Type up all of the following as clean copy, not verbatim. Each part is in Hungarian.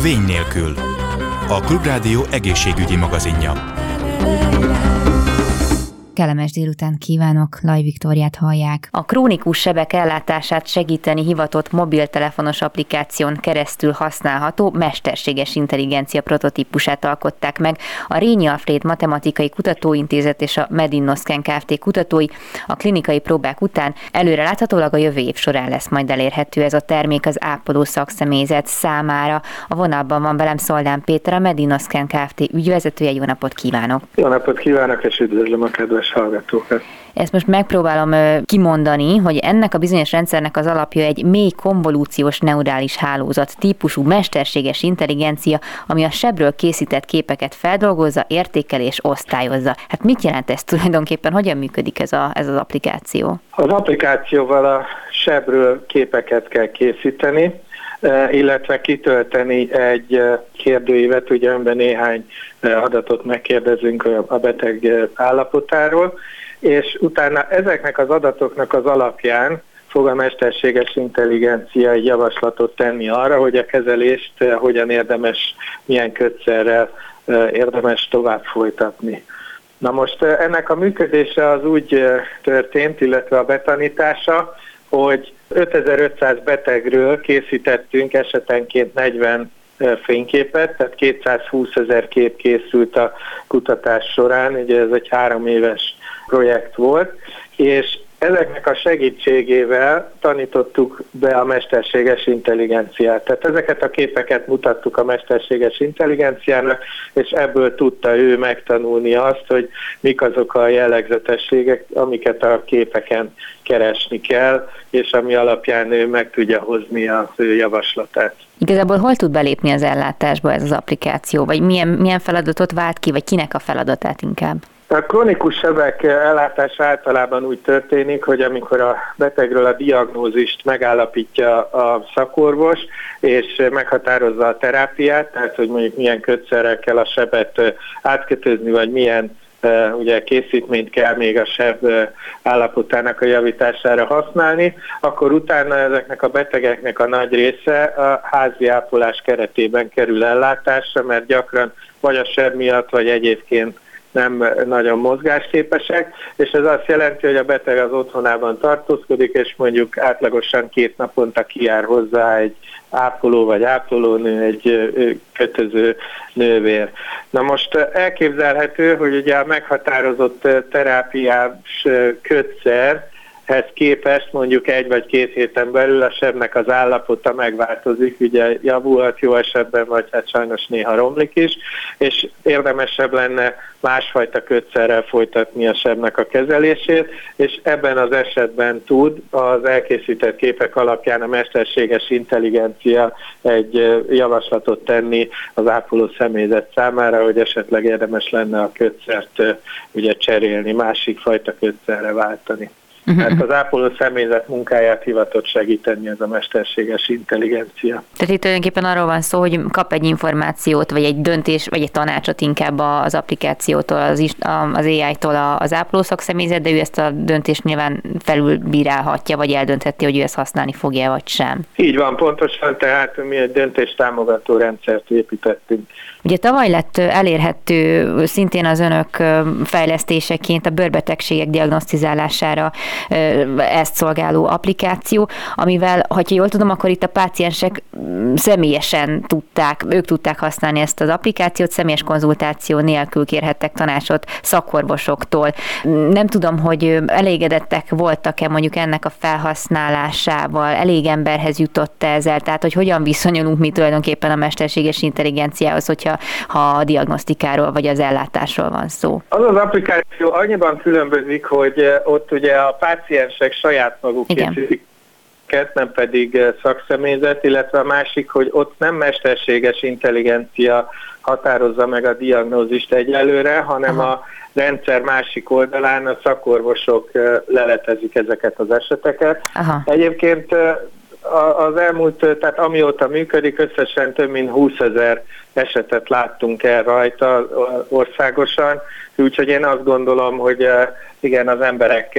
Vény nélkül. A Klubrádió egészségügyi magazinja. Kellemes délután kívánok, Laj Viktóriát hallják. A krónikus sebek ellátását segíteni hivatott mobiltelefonos applikáción keresztül használható mesterséges intelligencia prototípusát alkották meg a Rényi Alfréd Matematikai Kutatóintézet és a Medinnoszken Kft. Kutatói. A klinikai próbák után előreláthatólag a jövő év során lesz majd elérhető ez a termék az ápoló szakszemélyzet számára. A vonalban van velem Szoldán Péter, a Medinnoszken Kft. Ügyvezetője. Jó napot kívánok! Jó napot kívánok, és üdvözlöm a kedves hallgatókat! Ezt most megpróbálom kimondani, hogy ennek a bizonyos rendszernek az alapja egy mély konvolúciós neurális hálózat típusú mesterséges intelligencia, ami a sebről készített képeket feldolgozza, értékel és osztályozza. Hát mit jelent ez tulajdonképpen, hogyan működik ez az applikáció? Az applikációval a sebről képeket kell készíteni, illetve kitölteni egy kérdőívet, ugye amiben néhány adatot megkérdezünk a beteg állapotáról, és utána ezeknek az adatoknak az alapján fog a mesterséges intelligencia egy javaslatot tenni arra, hogy a kezelést hogyan érdemes, milyen kötszerrel érdemes tovább folytatni. Na most ennek a működése az úgy történt, illetve a betanítása, hogy 5500 betegről készítettünk esetenként 40 fényképet, tehát 220 000 kép készült a kutatás során, ugye ez egy 3 éves projekt volt, és ezeknek a segítségével tanítottuk be a mesterséges intelligenciát. Tehát ezeket a képeket mutattuk a mesterséges intelligenciának, és ebből tudta ő megtanulni azt, hogy mik azok a jellegzetességek, amiket a képeken keresni kell, és ami alapján ő meg tudja hozni az ő javaslatát. Igazából hol tud belépni az ellátásba ez az applikáció, vagy milyen feladatot vált ki, vagy kinek a feladatát inkább? A krónikus sebek ellátása általában úgy történik, hogy amikor a betegről a diagnózist megállapítja a szakorvos, és meghatározza a terápiát, tehát hogy mondjuk milyen kötszerrel kell a sebet átkötözni, vagy milyen ugye készítményt kell még a seb állapotának a javítására használni, akkor utána ezeknek a betegeknek a nagy része a házi ápolás keretében kerül ellátásra, mert gyakran vagy a seb miatt, vagy egyébként nem nagyon mozgásképesek, és ez azt jelenti, hogy a beteg az otthonában tartózkodik, és mondjuk átlagosan 2 naponta kijár hozzá egy ápoló vagy ápolónő, egy kötöző nővér. Na most elképzelhető, hogy ugye a meghatározott terápiás kötszerhez képest mondjuk 1 vagy 2 héten belül a sebnek az állapota megváltozik, ugye javulhat jó esetben, vagy hát sajnos néha romlik is, és érdemesebb lenne másfajta kötszerrel folytatni a sebnek a kezelését, és ebben az esetben tud az elkészített képek alapján a mesterséges intelligencia egy javaslatot tenni az ápoló személyzet számára, hogy esetleg érdemes lenne a kötszert ugye cserélni, másik fajta kötszerre váltani. Tehát az ápoló személyzet munkáját hivatott segíteni ez a mesterséges intelligencia. Tehát itt tulajdonképpen arról van szó, hogy kap egy információt, vagy egy döntés, vagy egy tanácsot inkább az applikációtól, az AI-tól az ápoló szakszemélyzet, de ő ezt a döntést nyilván felülbírálhatja, vagy eldöntheti, hogy ő ezt használni fogja, vagy sem. Így van, pontosan, tehát mi egy döntéstámogató rendszert építettünk. Ugye tavaly lett elérhető szintén az önök fejlesztéseként a bőrbetegségek diagnosztizálására ezt szolgáló applikáció, amivel, ha jól tudom, akkor itt a páciensek személyesen tudták használni ezt az applikációt, személyes konzultáció nélkül kérhettek tanácsot szakorvosoktól. Nem tudom, hogy elégedettek voltak-e mondjuk ennek a felhasználásával, elég emberhez jutott ezzel, tehát hogy hogyan viszonyulunk mi tulajdonképpen a mesterséges intelligenciához, hogyha a diagnosztikáról vagy az ellátásról van szó. Az applikáció annyiban különbözik, hogy ott ugye a páciensek saját maguk készítik, nem pedig szakszemélyzet, illetve a másik, hogy ott nem mesterséges intelligencia határozza meg a diagnózist egyelőre, hanem a rendszer másik oldalán a szakorvosok leletezik ezeket az eseteket. Egyébként az elmúlt, tehát amióta működik, összesen több mint 20 000 esetet láttunk el rajta országosan, úgyhogy én azt gondolom, hogy igen, az emberek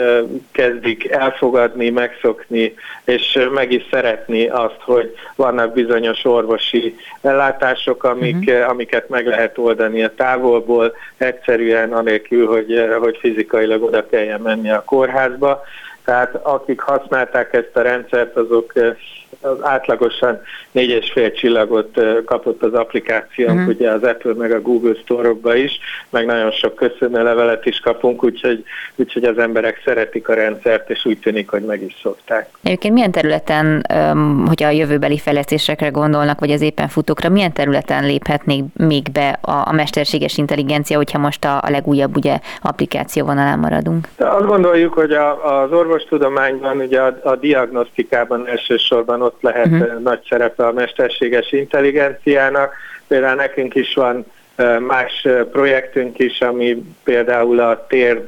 kezdik elfogadni, megszokni, és meg is szeretni azt, hogy vannak bizonyos orvosi ellátások, amiket meg lehet oldani a távolból, egyszerűen anélkül, hogy fizikailag oda kelljen menni a kórházba. Tehát akik használták ezt a rendszert, azok átlagosan 4,5 csillagot kapott az applikációnk, ugye az Apple meg a Google Store-okba is, meg nagyon sok köszönőlevelet is kapunk, úgyhogy az emberek szeretik a rendszert, és úgy tűnik, hogy meg is szokták. Egyébként milyen területen, hogyha a jövőbeli fejlesztésekre gondolnak, vagy az éppen futókra, milyen területen léphetnék még be a mesterséges intelligencia, hogyha most a legújabb ugye applikáció vonalán maradunk? Azt gondoljuk, hogy az orvostudományban, ugye a diagnosztikában elsősorban ott lehet nagy szerepe a mesterséges intelligenciának. Például nekünk is van más projektünk is, ami például a térd,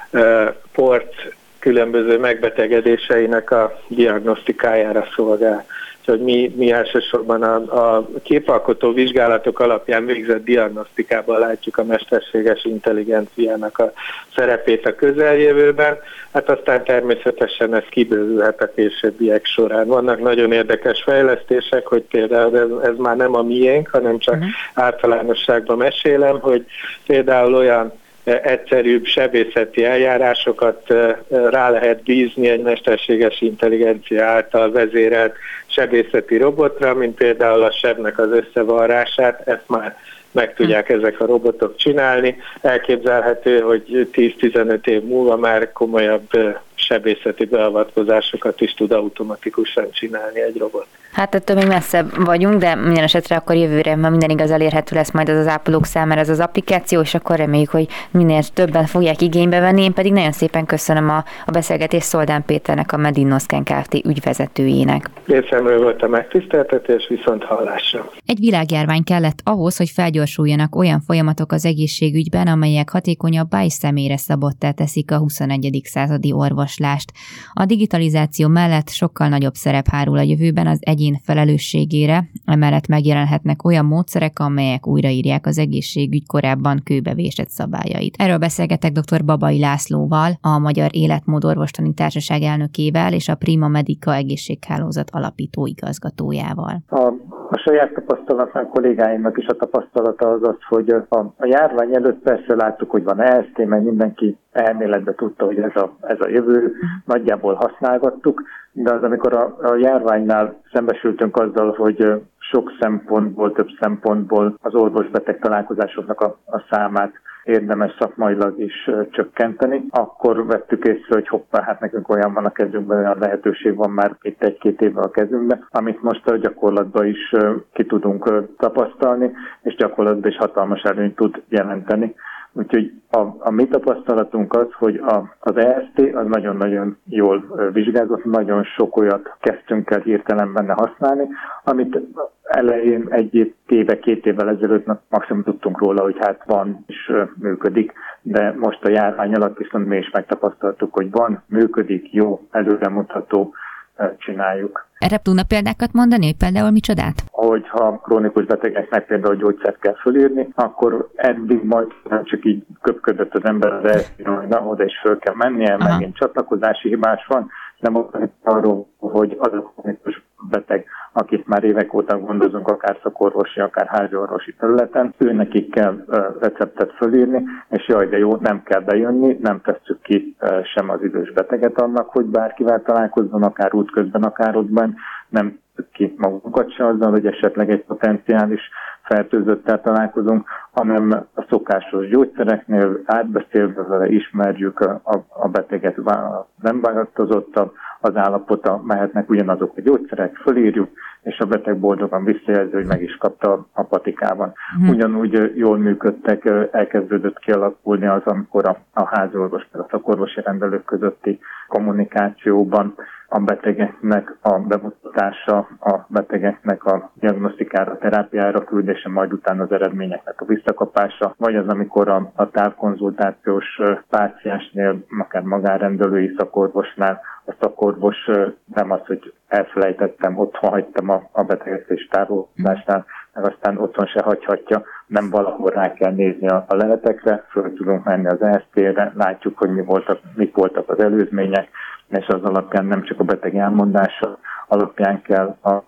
port különböző megbetegedéseinek a diagnosztikájára szolgál. Úgyhogy mi elsősorban a képalkotó vizsgálatok alapján végzett diagnosztikában látjuk a mesterséges intelligenciának a szerepét a közeljövőben. Hát aztán természetesen ez kibővülhet a későbbiek során. Vannak nagyon érdekes fejlesztések, hogy például ez már nem a miénk, hanem csak általánosságban mesélem, hogy például olyan egyszerűbb sebészeti eljárásokat rá lehet bízni egy mesterséges intelligencia által vezérelt sebészeti robotra, mint például a sebnek az összevarrását, ezt már meg tudják ezek a robotok csinálni. Elképzelhető, hogy 10-15 év múlva már komolyabb sebészeti beavatkozásokat is tud automatikusan csinálni egy robot. Hát ettől még messzebb vagyunk, de minden esetre akkor jövőre már minden igaz elérhető lesz majd az ápolók számára ez az applikáció, és akkor reméljük, hogy minél többen fogják igénybe venni. Én pedig nagyon szépen köszönöm a beszélgetést Szoldán Péternek, a Medinoscan Kft. Ügyvezetőjének. Részemről volt a megtiszteltetés, viszont hallásra. Egy világjárvány kellett ahhoz, hogy felgyorsuljanak olyan folyamatok az egészségügyben, amelyek hatékonyabbá és személyre szabottá teszik a 21. századi orvoslást. A digitalizáció mellett sokkal nagyobb szerep hárul a jövőben az egyén felelősségére, emellett megjelenhetnek olyan módszerek, amelyek újraírják az egészségügy korábban kőbevésett szabályait. Erről beszélgetek dr. Babai Lászlóval, a Magyar Életmódorvostani Társaság elnökével és a Prima Medica egészséghálózat alapító igazgatójával. A saját tapasztalatnak, kollégáimnak is a tapasztalata az, hogy a járvány előtt persze láttuk, hogy van EST, mert mindenki elméletben tudta, hogy ez a jövő, nagyjából használgattuk, de az, amikor a járványnál szembesültünk azzal, hogy sok szempontból, több szempontból az orvos-beteg találkozásoknak a számát érdemes szakmailag is csökkenteni, akkor vettük észre, hogy hoppá, hát nekünk olyan van a kezünkben, olyan lehetőség van már itt 1-2 évvel a kezünkben, amit most a gyakorlatban is ki tudunk tapasztalni, és gyakorlatban is hatalmas előnyt tud jelenteni. Úgyhogy a mi tapasztalatunk az, hogy az EST az nagyon-nagyon jól vizsgázott, nagyon sok olyat kezdtünk el hirtelen benne használni, amit elején 1 éve, 2 évvel ezelőtt maximum tudtunk róla, hogy hát van és működik, de most a járvány alatt viszont mi is megtapasztaltuk, hogy van, működik, jó, előremutató, csináljuk. Erre tudna példákat mondani, hogy például micsodát? Hogyha krónikus betegeknek például gyógyszert kell fölírni, akkor eddig majd csak így köpködött az ember az elszínű, hogy na, oda is föl kell mennie, megint csatlakozási hibás van, de most arról, hogy az a krónikus beteg, akit már évek óta gondozunk, akár szakorvosi, akár háziorvosi területen, őnekik kell receptet fölírni, és jaj, de jó, nem kell bejönni, nem tesszük ki sem az idős beteget annak, hogy bárkivel találkozzon, akár útközben, akár ottban, nem ki magunkat se azzal, hogy esetleg egy potenciális fertőzöttel találkozunk, hanem a szokásos gyógyszereknél átbeszélve vele ismerjük a beteget, nem változott az állapota, mehetnek ugyanazok a gyógyszerek, fölírjuk, és a beteg boldogan visszajelzi, hogy meg is kapta a patikában. Ugyanúgy jól működtek, elkezdődött kialakulni az, amikor a háziorvos, a szakorvosi rendelők közötti kommunikációban a betegeknek a bemutatása, a betegeknek a diagnosztikára, terápiára küldése, majd utána az eredményeknek a visszakapása, vagy az, amikor a távkonzultációs páciensnél, akár magárendelői szakorvosnál a szakorvos nem az, hogy elfelejtettem, otthon hagytam a beteget és távolásnál, meg aztán otthon se hagyhatja, nem valahol rá kell nézni a leletekre, föl tudunk menni az EST-re, látjuk, hogy mik voltak az előzmények, és az alapján nem csak a beteg elmondása alapján kell a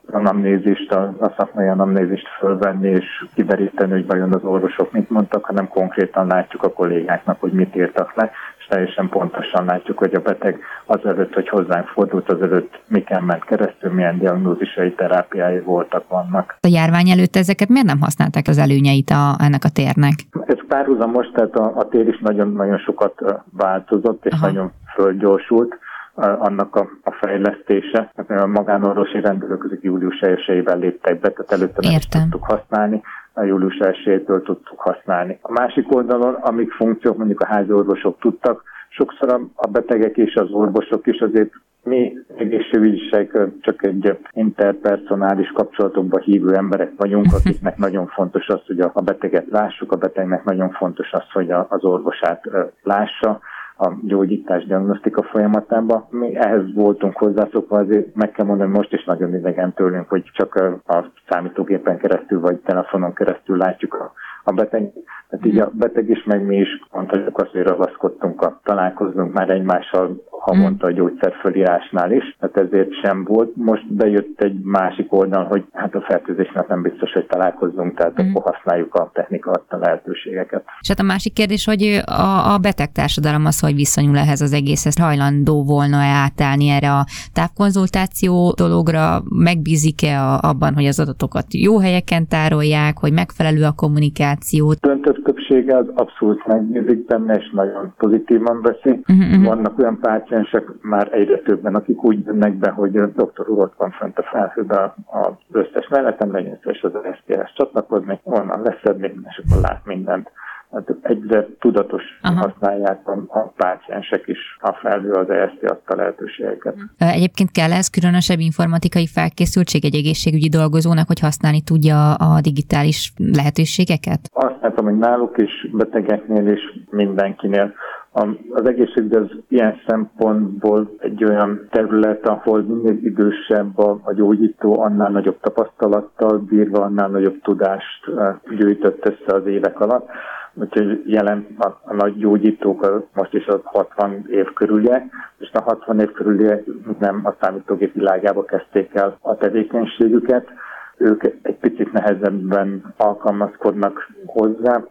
szakmai anamnézist fölvenni és kideríteni, hogy vajon az orvosok mit mondtak, hanem konkrétan látjuk a kollégáknak, hogy mit írtak le, és teljesen pontosan látjuk, hogy a beteg azelőtt, hogy hozzánk fordult, azelőtt miken ment keresztül, milyen diagnózisai, terápiái vannak. A járvány előtt ezeket miért nem használták az előnyeit ennek a térnek? Ez párhuzamos, tehát a tér is nagyon-nagyon sokat változott, és nagyon fölgyorsult annak a fejlesztése. A magánorvosi rendelők azok július 1-ével léptek be, tehát előtte nem is tudtuk használni, a július 1-től tudtuk használni. A másik oldalon, amik funkciók mondjuk a házi orvosok tudtak, sokszor a betegek és az orvosok is azért mi egészségügyisek csak egy interpersonális kapcsolatokba hívő emberek vagyunk, akiknek nagyon fontos az, hogy a beteget lássuk, a betegnek nagyon fontos az, hogy az orvosát lássa a gyógyítás diagnosztika folyamatában. Mi ehhez voltunk hozzászokva, azért meg kell mondani, most is nagyon idegen tőlünk, hogy csak a számítógépen keresztül vagy telefonon keresztül látjuk a beteg. Tehát így a beteg is, meg mi is mondhatjuk azt, hogy ragaszkodtunk, találkoznunk már egymással havonta a gyógyszerfölírásnál is, tehát ezért sem volt. Most bejött egy másik oldal, hogy hát a fertőzésnek nem biztos, hogy találkozzunk, tehát akkor használjuk a technika adta lehetőségeket. És hát a másik kérdés, hogy a betegtársadalom az, hogy viszonyul ehhez az egészhez, hajlandó volna-e átállni erre a távkonzultáció dologra, megbízik-e abban, hogy az adatokat jó helyeken tárolják, hogy megfelelő a kommunikáció? Döntő többsége az abszolút megbízik benne, és nagyon pozitívan veszi. Vannak olyan páciensek már egyre többen, akik úgy jönnek be, hogy doktor úr ott van fent a felhőben az összes mellettem, legyen szíves az SZT-hez csatlakozni, onnan leszedni, és akkor lát mindent. Hát egyre tudatosan használják a páciensek is a felhő az EST adta lehetőségeket. Egyébként kell ez különösebb informatikai felkészültség egy egészségügyi dolgozónak, hogy használni tudja a digitális lehetőségeket? Azt látom, hogy náluk is, betegeknél is, mindenkinél. Az egészségügy az ilyen szempontból egy olyan terület, ahol minél idősebb a gyógyító, annál nagyobb tapasztalattal bírva, annál nagyobb tudást gyűjtött össze az évek alatt. Úgyhogy jelen a nagy gyógyítók most is az 60 év körüliek, és a 60 év körüliek nem a számítógép világába kezdték el a tevékenységüket. Ők egy picit nehezebben alkalmazkodnak hozzá,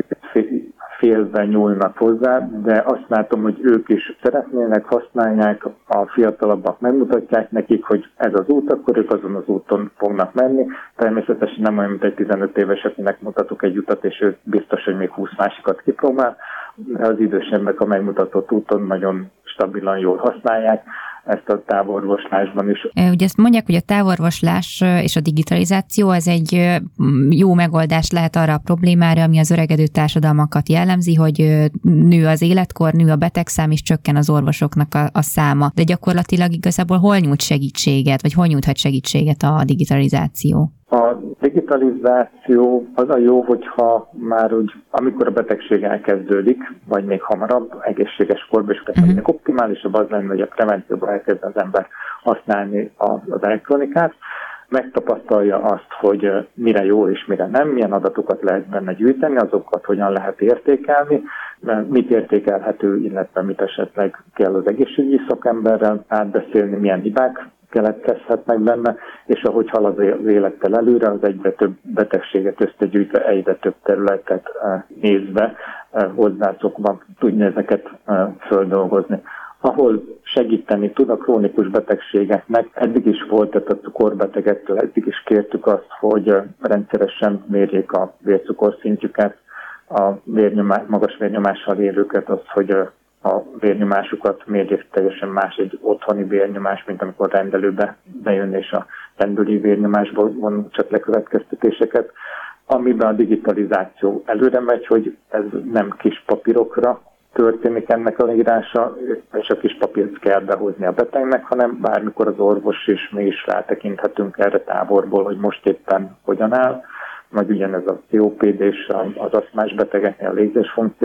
picit félve nyúlnak hozzá, de azt látom, hogy ők is szeretnének, használják, a fiatalabbak megmutatják nekik, hogy ez az út, akkor ők azon az úton fognak menni. Természetesen nem olyan, mint egy 15 éves, akinek mutatok egy utat, és ő biztos, hogy még 20 másikat kipróbál. Az idősebbek a megmutatott úton nagyon stabilan jól használják, ezt a távorvoslásban is. Ugye ezt mondják, hogy a távorvoslás és a digitalizáció az egy jó megoldás lehet arra a problémára, ami az öregedő társadalmakat jellemzi, hogy nő az életkor, nő a betegszám, és csökken az orvosoknak a száma. De gyakorlatilag igazából hol nyújt segítséget, vagy hol nyújthat segítséget a digitalizáció? A digitalizáció az a jó, hogyha már úgy, amikor a betegség elkezdődik, vagy még hamarabb, egészséges korban is optimálisabb az lenne, hogy a prevencióban elkezd az ember használni az elektronikát, megtapasztalja azt, hogy mire jó és mire nem, milyen adatokat lehet benne gyűjteni, azokat hogyan lehet értékelni, mit értékelhető, illetve mit esetleg kell az egészségügyi szakemberrel átbeszélni, milyen hibák keletkezhetnek benne, és ahogy halad az élettel előre, az egyre több betegséget összegyűjtve, egyre több területet nézve, hozzászokva tudja ezeket földolgozni. Ahol segíteni tud a krónikus betegségeknek, eddig is volt, tehát a cukorbetegektől eddig is kértük azt, hogy rendszeresen mérjék a vércukorszintjüket, a magas vérnyomással élőket, az, hogy a vérnyomásukat mérjék, teljesen más egy otthoni vérnyomás, mint amikor rendelőbe bejön és a rendőri vérnyomásból von csak lekövetkeztetéseket, amiben a digitalizáció előre megy, hogy ez nem kis papírokra történik ennek a leírása, és a kis papírt kell behozni a betegnek, hanem bármikor az orvos és mi is rátekinthetünk erre távolból, hogy most éppen hogyan áll, vagy ugyanez a COPD és az asztmás betegeknél a légzésfunkció,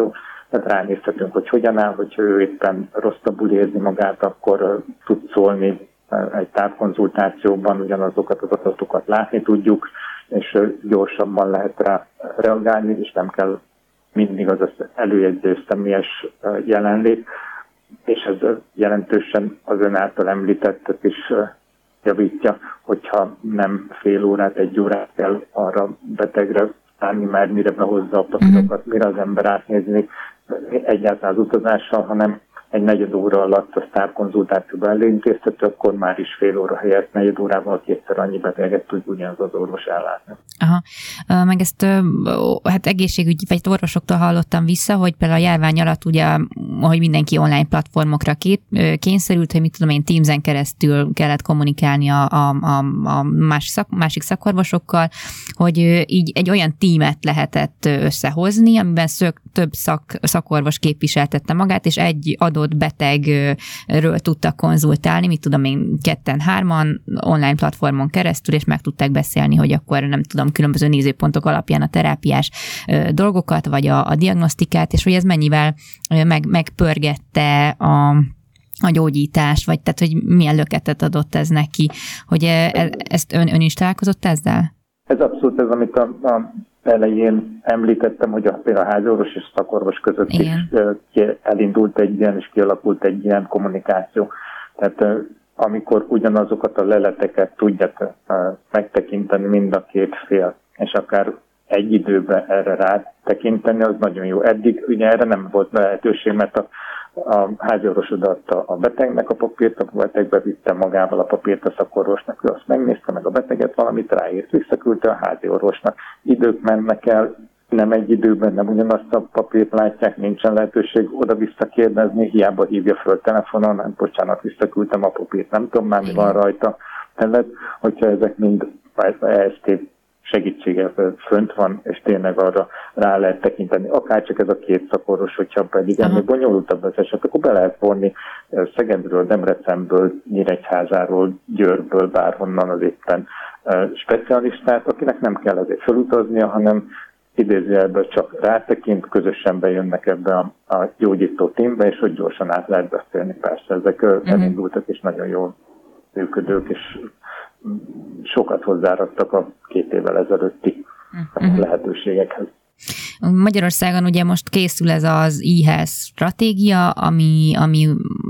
Tehát ránézhetünk, hogy hogyan áll, hogyha ő éppen rosszabbul érzi magát, akkor tud szólni egy távkonzultációban, ugyanazokat az adatokat látni tudjuk, és gyorsabban lehet rá reagálni, és nem kell mindig az előjegyző személyes jelenlét, és ez jelentősen az ön által említettet is javítja, hogyha nem fél órát, 1 órát kell arra betegre állni, már mire behozza a papírokat, mire az ember átnézni egyáltalán az utazással, hanem egy 4 óra alatt a távkonzultációban elintézhető, akkor már is fél óra helyett 4 órával 2-szer annyi beteget tud ugyanaz az orvos ellátni. Aha. Meg ezt hát egészségügyi vagy orvosoktól hallottam vissza, hogy például a járvány alatt ugye, hogy mindenki online platformokra kényszerült, hogy mit tudom én, Teams-en keresztül kellett kommunikálni a másik szakorvosokkal, hogy így egy olyan tímet lehetett összehozni, amiben több szakorvos képviseltette magát, és egy adott betegről tudtak konzultálni, mit tudom én, 2-3 online platformon keresztül, és meg tudták beszélni, hogy akkor nem tudom, különböző nézőpontok alapján a terápiás dolgokat, vagy a diagnosztikát, és hogy ez mennyivel megpörgette a gyógyítás, vagy tehát, hogy milyen löketet adott ez neki, hogy ezt ön is találkozott ezzel? Ez abszolút ez, amit a elején említettem, hogy például a háziorvos és szakorvos között is elindult egy ilyen, és kialakult egy ilyen kommunikáció. Tehát amikor ugyanazokat a leleteket tudják megtekinteni mind a két fél, és akár egy időben erre rátekinteni, az nagyon jó. Eddig ugye erre nem volt lehetőség, mert a háziorvos odaadta a betegnek a papírt, a beteg bevitte magával a papírt a szakorvosnak, ő azt megnézte meg a beteget, valamit ráírt, visszaküldte a háziorvosnak. Idők mennek el, nem egy időben, nem ugyanazt a papírt látják, nincsen lehetőség oda-vissza kérdezni, hiába hívja föl telefonon, nem, bocsánat, visszaküldtem a papírt, nem tudom már mi van rajta. Tehát, hogyha ezek mind EST segítsége fönt van, és tényleg arra rá lehet tekinteni. Akár csak ez a 2 szakorvos, hogyha pedig ennél bonyolultabb az eset, akkor be lehet vonni Szegedről, Debrecenből, Nyíregyházáról, Győrből, bárhonnan az éppen specialistát, akinek nem kell azért felutaznia, hanem idézőjelből csak rátekint, közösen bejönnek ebbe a gyógyító tímbe, és hogy gyorsan át lehet beszélni. Persze ezek elindultak, és nagyon jól működők, és sokat hozzáraktak a 2 évvel ezelőtti lehetőségekhez. Magyarországon ugye most készül ez az e-health stratégia, ami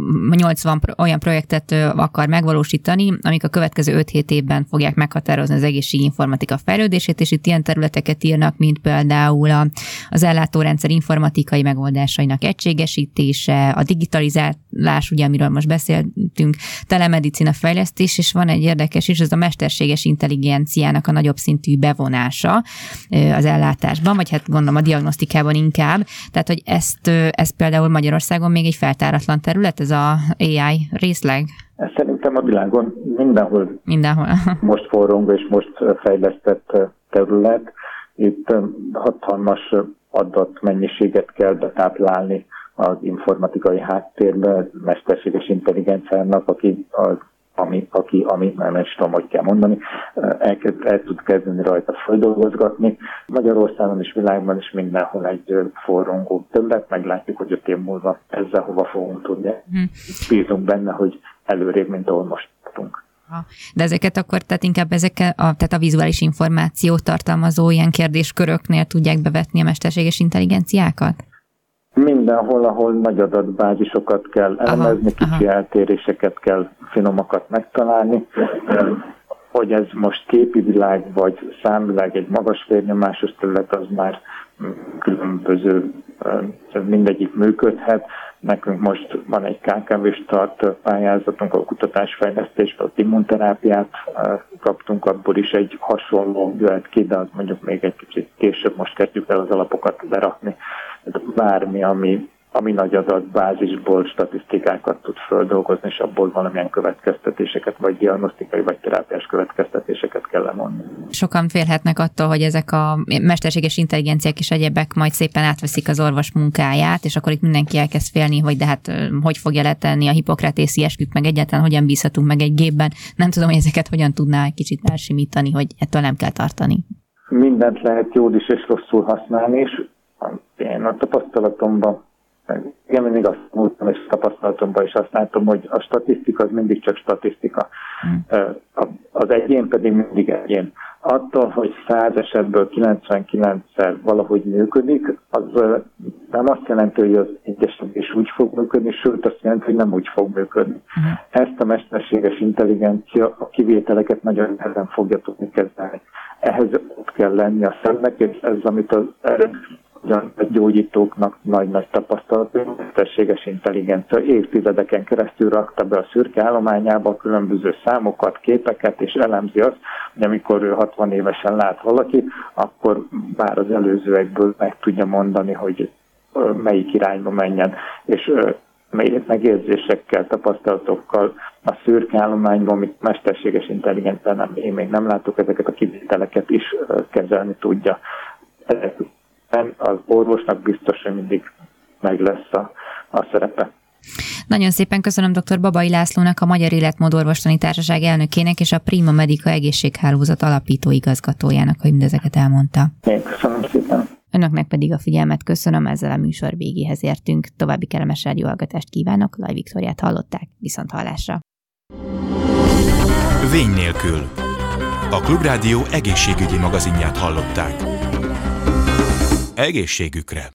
80 olyan projektet akar megvalósítani, amik a következő 5-7 évben fogják meghatározni az egészséginformatika fejlődését, és itt ilyen területeket írnak, mint például az ellátórendszer informatikai megoldásainak egységesítése, a digitalizálás, ugye, amiről most beszéltünk, telemedicina fejlesztés, és van egy érdekes is, ez a mesterséges intelligenciának a nagyobb szintű bevonása az ellátásban, vagy hát gondolom a diagnosztikában inkább, tehát hogy ez például Magyarországon még egy feltáratlan terület, ez a AI részleg? Ez szerintem a világon mindenhol most forrong és most fejlesztett terület. Itt hatalmas adatmennyiséget kell betáplálni az informatikai háttérbe, mesterséges intelligenciának, ami nem is tudom, hogy kell mondani, el tud kezdeni rajta földolgozgatni. Magyarországon és világban is mindenhol egy forrongó terület, meglátjuk, hogy 5 év múlva ezzel hova fogunk tudni. Bízunk benne, hogy előrébb, mint ahol most tudunk. De ezeket akkor, tehát inkább tehát a vizuális információt tartalmazó ilyen kérdésköröknél tudják bevetni a mesterséges intelligenciákat? Mindenhol, ahol nagy adatbázisokat kell elemezni, kicsi eltéréseket kell, finomakat megtalálni. Hogy ez most képi világ vagy számvilág, egy magas vérnyomásos terület, az már különböző, mindegyik működhet. Nekünk most van egy KKV start pályázatunk, a kutatásfejlesztésben az immunterápiát kaptunk, abból is egy hasonló jöhet ki, de az mondjuk még egy kicsit később, most kezdjük el az alapokat lerakni. Bármi, ami nagy adatbázisból statisztikákat tud földolgozni, és abból valamilyen következtetéseket, vagy diagnosztikai, vagy terápiás következtetéseket kell levonni. Sokan félhetnek attól, hogy ezek a mesterséges intelligenciák és egyebek majd szépen átveszik az orvos munkáját, és akkor itt mindenki elkezd félni, hogy de hát hogy fogja letenni a hippokratészi esküt, meg egyáltalán hogyan bízhatunk meg egy gépben. Nem tudom, hogy ezeket hogyan tudná egy kicsit elsimítani, hogy ettől nem kell tartani. Mindent lehet jól is és rosszul használni, és én a tapasztalatomban Igen, mindig azt mondtam, és tapasztalatomban is azt látom, hogy a statisztika az mindig csak statisztika. Az egyén pedig mindig egyén. Attól, hogy 100 esetből 99-szer valahogy működik, az nem azt jelenti, hogy az egyes is úgy fog működni, sőt azt jelenti, hogy nem úgy fog működni. Ezt a mesterséges intelligencia a kivételeket nagyon nehezen fogja tudni kezelni. Ehhez ott kell lenni a szemnek, és ez, amit a gyógyítóknak nagy-nagy tapasztalat, mesterséges intelligencia évtizedeken keresztül rakta be a szürke állományába a különböző számokat, képeket, és elemzi azt, hogy amikor ő 60 évesen lát valaki, akkor bár az előzőekből meg tudja mondani, hogy melyik irányba menjen. És megérzésekkel, tapasztalatokkal a szürke állományban, amit mesterséges intelligencia én még nem látok, ezeket a kivételeket is kezelni tudja. Az orvosnak biztos, hogy mindig meg lesz a szerepe. Nagyon szépen köszönöm dr. Babai Lászlónak, a Magyar Életmódorvostani Társaság elnökének és a Prima Medica egészséghálózat alapító igazgatójának, hogy mindezeket elmondta. Én köszönöm szépen. Önöknek pedig a figyelmet köszönöm, ezzel a műsor végéhez értünk. További kellemes rádióhallgatást kívánok, Laj Viktóriát hallották, viszont hallásra. Vény nélkül. A Klubrádió egészségügyi magazinját hallották. Egészségükre!